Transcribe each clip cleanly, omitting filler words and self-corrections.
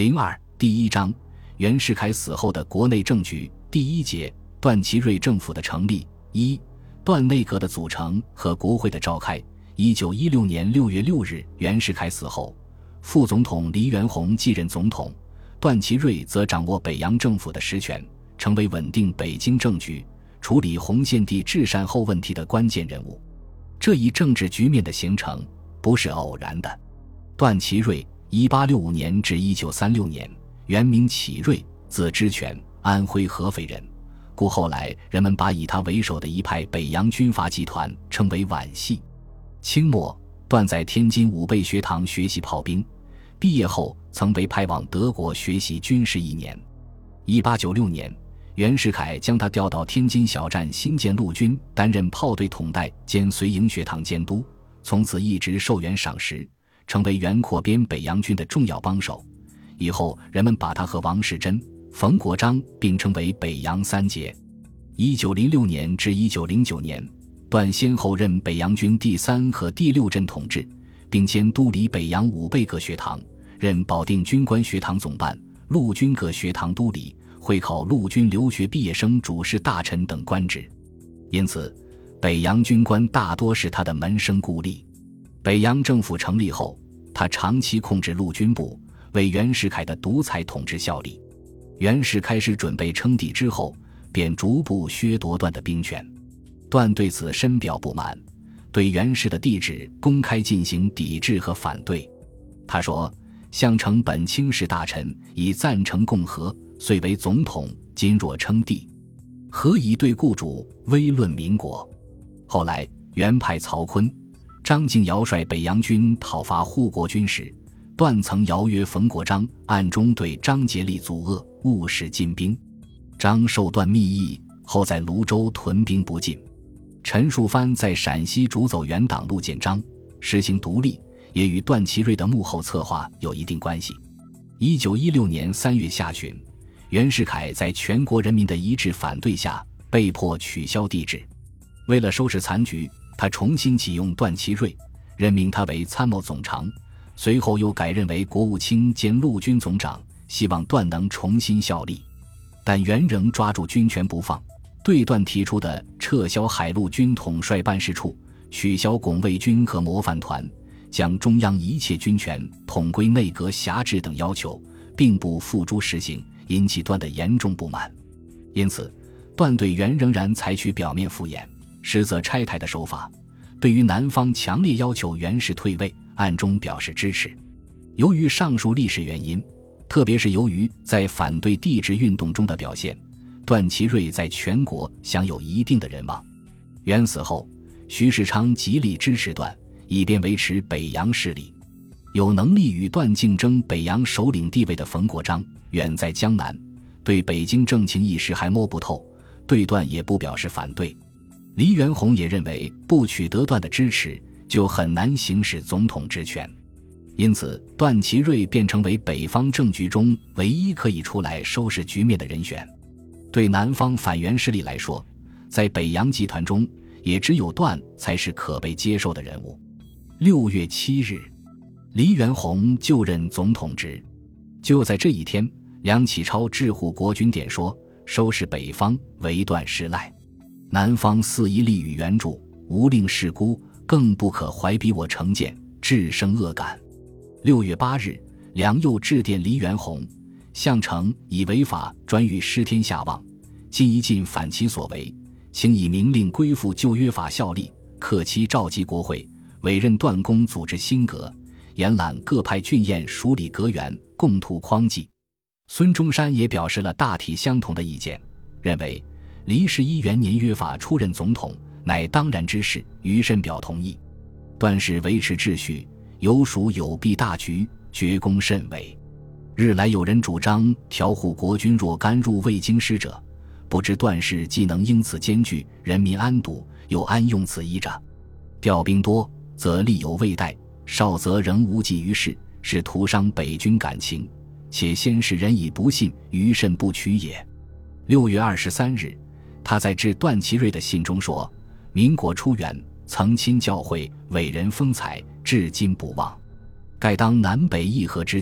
02第1章袁世凯死后的国内政局第1节段祺瑞政府的成立。段内阁的组成和国会的召开。1916年6月6日袁世凯死后，副总统黎元洪继任总统，段祺瑞则掌握北洋政府的实权，成为稳定北京政局、处理洪宪帝至善后问题的关键人物。这一政治局面的形成不是偶然的。段祺瑞1865年至1936年，原名启瑞，字知权，安徽合肥人，故后来人们把以他为首的一派北洋军阀集团称为皖系。清末，段在天津武备学堂学习炮兵，毕业后曾被派往德国学习军事1年。1896年，袁世凯将他调到天津小站新建陆军担任炮队统带兼随营学堂监督，从此一直受袁赏识，成为袁扩编北洋军的重要帮手。以后人们把他和王士珍、冯国璋并称为北洋三杰。1906年至1909年，段先后任北洋军第3和第6镇统制，并兼督理北洋武备各学堂，任保定军官学堂总办、陆军各学堂督理，会考陆军留学毕业生主事大臣等官职。因此北洋军官大多是他的门生故吏。北洋政府成立后，他长期控制陆军部，为袁世凯的独裁统治效力。袁世开始准备称帝之后，便逐步削夺段的兵权。段对此深表不满，对袁氏的帝制公开进行抵制和反对。他说：项城本清室大臣，已赞成共和，遂为总统，今若称帝，何以对故主，威论民国？后来袁派曹锟、张敬尧率北洋军讨伐护国军时，段曾邀约冯国璋，暗中对张竭力阻遏，误使进兵。张受段密议，后在泸州屯兵不进。陈树藩在陕西逐走原党陆建章，实行独立，也与段祺瑞的幕后策划有一定关系。1916年3月下旬，袁世凯在全国人民的一致反对下，被迫取消帝制。为了收拾残局，他重新启用段祺瑞，任命他为参谋总长，随后又改任为国务卿兼陆军总长，希望段能重新效力。但袁仍抓住军权不放，对段提出的撤销海陆军统帅办事处、取消拱卫军和模范团、将中央一切军权统归内阁辖制等要求，并不付诸实行，引起段的严重不满。因此段对袁仍然采取表面敷衍、实则拆台的手法，对于南方强烈要求袁氏退位，暗中表示支持。由于上述历史原因，特别是由于在反对帝制运动中的表现，段祺瑞在全国享有一定的人望。袁死后，徐世昌极力支持段，以便维持北洋势力。有能力与段竞争北洋首领地位的冯国璋远在江南，对北京政情一时还摸不透，对段也不表示反对。黎元洪也认为不取得段的支持，就很难行使总统职权。因此段祺瑞便成为北方政局中唯一可以出来收拾局面的人选。对南方反袁势力来说，在北洋集团中也只有段才是可被接受的人物。6月7日，黎元洪就任总统职。就在这一天，梁启超致护国军电说：收拾北方，唯段失赖。南方肆意力与援助，无令事孤，更不可怀逼我成见，致生恶感。6月8日，梁又致电黎元洪：项城以违法专欲失天下望，今一尽反其所为，请以明令归附旧约法效力，克期召集国会，委任段公组织新阁，延揽各派郡县署理阁员，共图匡济。孙中山也表示了大体相同的意见，认为黎11元年约法出任总统，乃当然之事，于深表同意。段氏维持秩序，有属有弊大局，决功甚伟。日来有人主张调护国军若干入未经师者，不知段氏既能应此兼具，人民安堵，又安用此依着？调兵多，则力有未逮；少则仍无济于事，是徒伤北军感情，且先使人以不信，于甚不取也。6月23日，他在致段祺瑞的信中说：民国初元，曾亲教诲，伟人风采，至今不忘。盖当南北议和之际，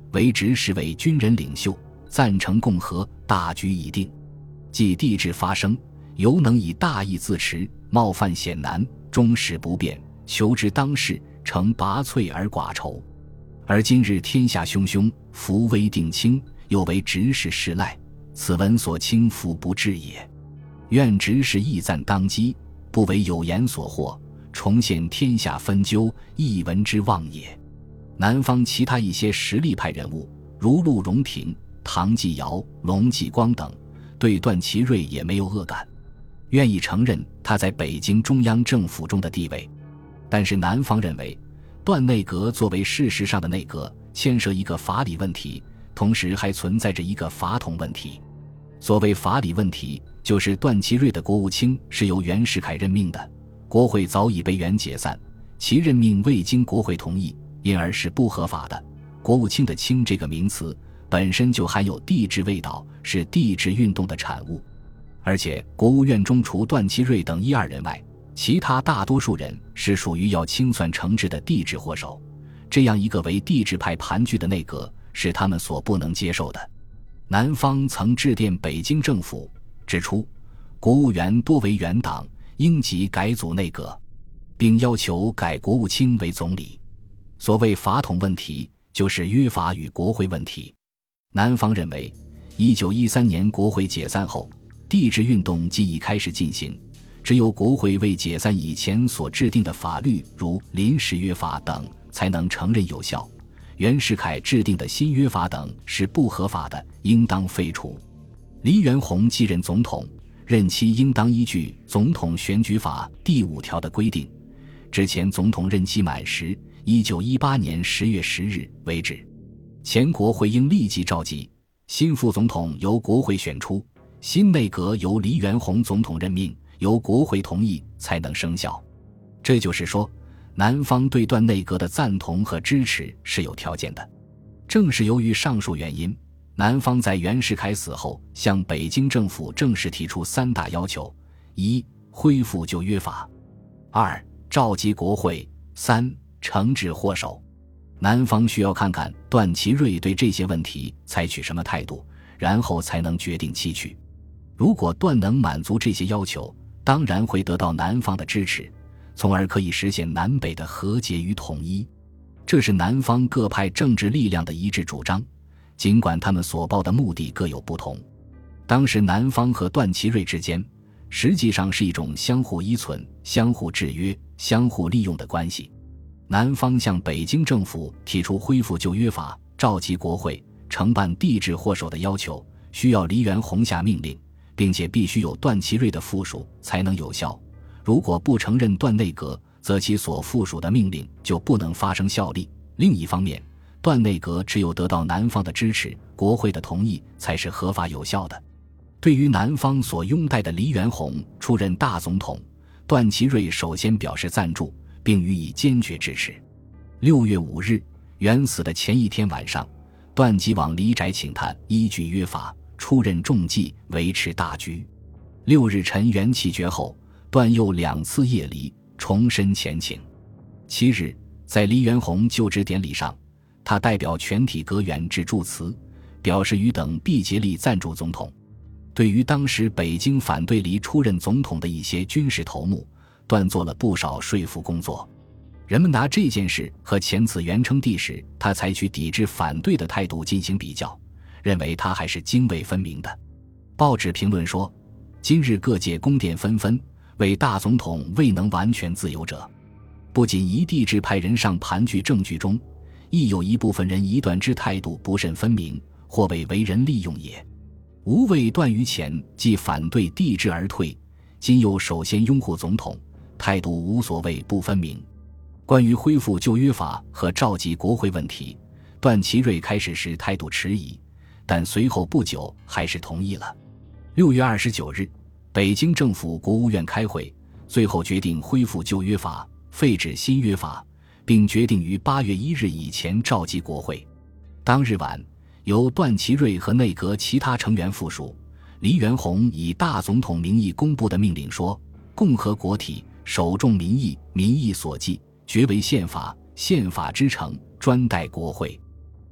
为执事为军人领袖，赞成共和，大局已定。即帝制发生，犹能以大义自持，冒犯险难，终始不变，求之当世，成拔萃而寡愁。而今日天下汹汹，夫危定轻，又为执事事赖，此文所轻浮不至也。愿执事义赞当机，不为有言所惑，重现天下纷纠，一文之望也。南方其他一些实力派人物，如陆荣廷、唐继尧、龙继光等，对段祺瑞也没有恶感，愿意承认他在北京中央政府中的地位。但是南方认为，段内阁作为事实上的内阁，牵涉一个法理问题，同时还存在着一个法统问题。所谓法理问题，就是段祺瑞的国务卿是由袁世凯任命的，国会早已被袁解散，其任命未经国会同意，因而是不合法的。国务卿的卿这个名词本身就含有帝制味道，是帝制运动的产物。而且国务院中除段祺瑞等1、2人外，其他大多数人是属于要清算惩治的帝制祸首，这样一个为帝制派盘踞的内阁是他们所不能接受的。南方曾致电北京政府，指出国务员多为原党，应即改组内阁，并要求改国务卿为总理。所谓法统问题，就是约法与国会问题。南方认为1913年国会解散后，帝制运动即已开始进行，只有国会未解散以前所制定的法律，如临时约法等，才能承认有效。袁世凯制定的新约法等是不合法的，应当废除。黎元洪继任总统，任期应当依据总统选举法第5条的规定，之前总统任期满时，1918年10月10日为止。前国会应立即召集，新副总统由国会选出，新内阁由黎元洪总统任命，由国会同意才能生效。这就是说，南方对段内阁的赞同和支持是有条件的。正是由于上述原因，南方在袁世凯死后向北京政府正式提出3大要求： 1. 恢复旧约法； 2. 召集国会； 3. 惩治祸首。南方需要看看段祺瑞对这些问题采取什么态度，然后才能决定期曲。如果段能满足这些要求，当然会得到南方的支持，从而可以实现南北的和解与统一。这是南方各派政治力量的一致主张，尽管他们所抱的目的各有不同。当时南方和段祺瑞之间实际上是一种相互依存、相互制约、相互利用的关系。南方向北京政府提出恢复旧约法、召集国会、承办帝制祸首的要求，需要黎元洪下命令，并且必须有段祺瑞的附属才能有效。如果不承认段内阁，则其所附属的命令就不能发生效力。另一方面，段内阁只有得到南方的支持、国会的同意，才是合法有效的。对于南方所拥戴的黎元洪出任大总统，段祺瑞首先表示赞助，并予以坚决支持。6月5日，袁死的前一天晚上，段即往黎宅请他依据约法出任重祭，维持大局。6日晨袁气绝后，段又2次夜离，重申前请。7日，在黎元洪就职典礼上，他代表全体阁员致祝词，表示与等必竭力赞助总统。对于当时北京反对黎出任总统的一些军事头目，段做了不少说服工作。人们拿这件事和前次元称帝时他采取抵制反对的态度进行比较，认为他还是泾渭分明的。报纸评论说，今日各界宫殿纷纷，为大总统未能完全自由者，不仅一帝制派人上盘踞政局中，亦有一部分人以段之态度不甚分明，或为人利用也。吾谓段于前既反对帝制而退，今又首先拥护总统，态度无所谓不分明。关于恢复旧约法和召集国会问题，段祺瑞开始时态度迟疑，但随后不久还是同意了。6月29日，北京政府国务院开会，最后决定恢复旧约法，废止新约法，并决定于8月1日以前召集国会。当日晚，由段祺瑞和内阁其他成员附属，黎元洪以大总统名义公布的命令说，共和国体首重民意，民意所寄，决为宪法，宪法之成专待国会。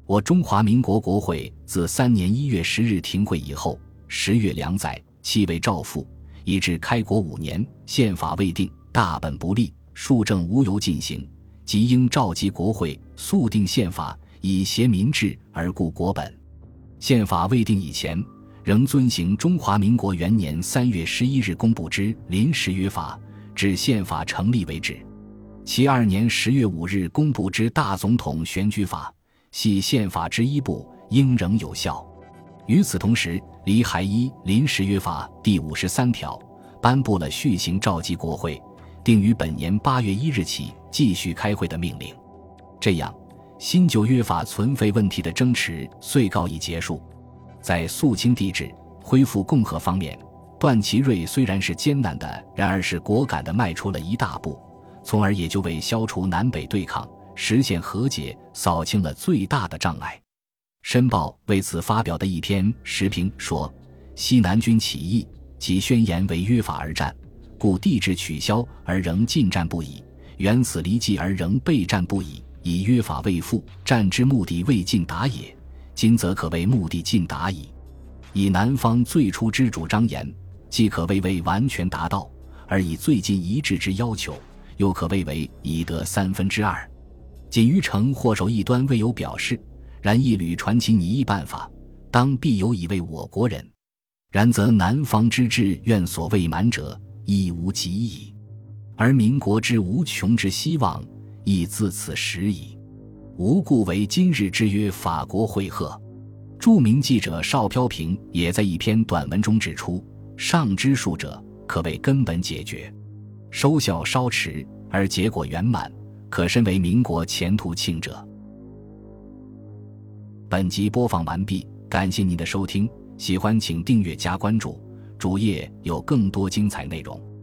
我中华民国国会自3年1月10日停会以后，10月2载，弃为诏复，以至开国5年，宪法未定，大本不立，庶政无由进行，即应召集国会速定宪法，以协民治而固国本。宪法未定以前，仍遵行中华民国元年3月11日公布之临时约法，至宪法成立为止。其2年10月5日公布之大总统选举法，系宪法之一部，应仍有效。与此同时，黎海一临时约法第53条颁布了续行召集国会，定于本年8月1日起继续开会的命令。这样，新旧约法存废问题的争持遂告以结束。在肃清帝制、恢复共和方面，段祺瑞虽然是艰难的，然而是果敢地迈出了一大步，从而也就为消除南北对抗、实现和解扫清了最大的障碍。申报为此发表的一篇时评说，西南军起义及宣言为约法而战，故帝制取消而仍进战不已，原此离迹而仍备战不已，以约法未复，战之目的未尽达也，今则可谓目的尽达矣。以南方最初之主张言，既可谓为完全达到，而以最近一致之要求，又可谓为已得2/3。仅于城或守一端未有表示，然一屡传其拟议办法，当必有以为我国人。然则南方之志愿所未满者，亦无及矣。而民国之无穷之希望，亦自此始矣。无故为今日之约法国会贺。著名记者邵飘萍也在一篇短文中指出，上之术者，可谓根本解决。收效稍迟，而结果圆满，可深为民国前途庆者。本集播放完毕，感谢您的收听，喜欢请订阅加关注，主页有更多精彩内容。